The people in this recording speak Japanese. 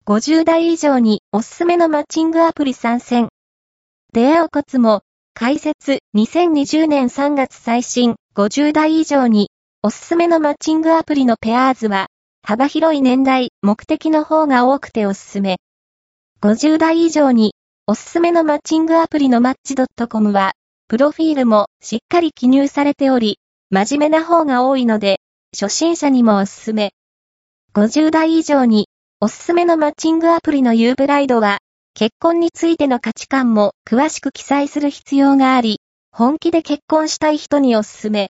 50代以上におすすめのマッチングアプリ参戦。出会うコツも、解説2020年3月最新50代以上におすすめのマッチングアプリのペアーズは、幅広い年代、目的の方が多くておすすめ。50代以上におすすめのマッチングアプリのマッチ .com は、プロフィールもしっかり記入されており、真面目な方が多いので、初心者にもおすすめ。50代以上におすすめのマッチングアプリのユーブライドは、結婚についての価値観も詳しく記載する必要があり、本気で結婚したい人におすすめ。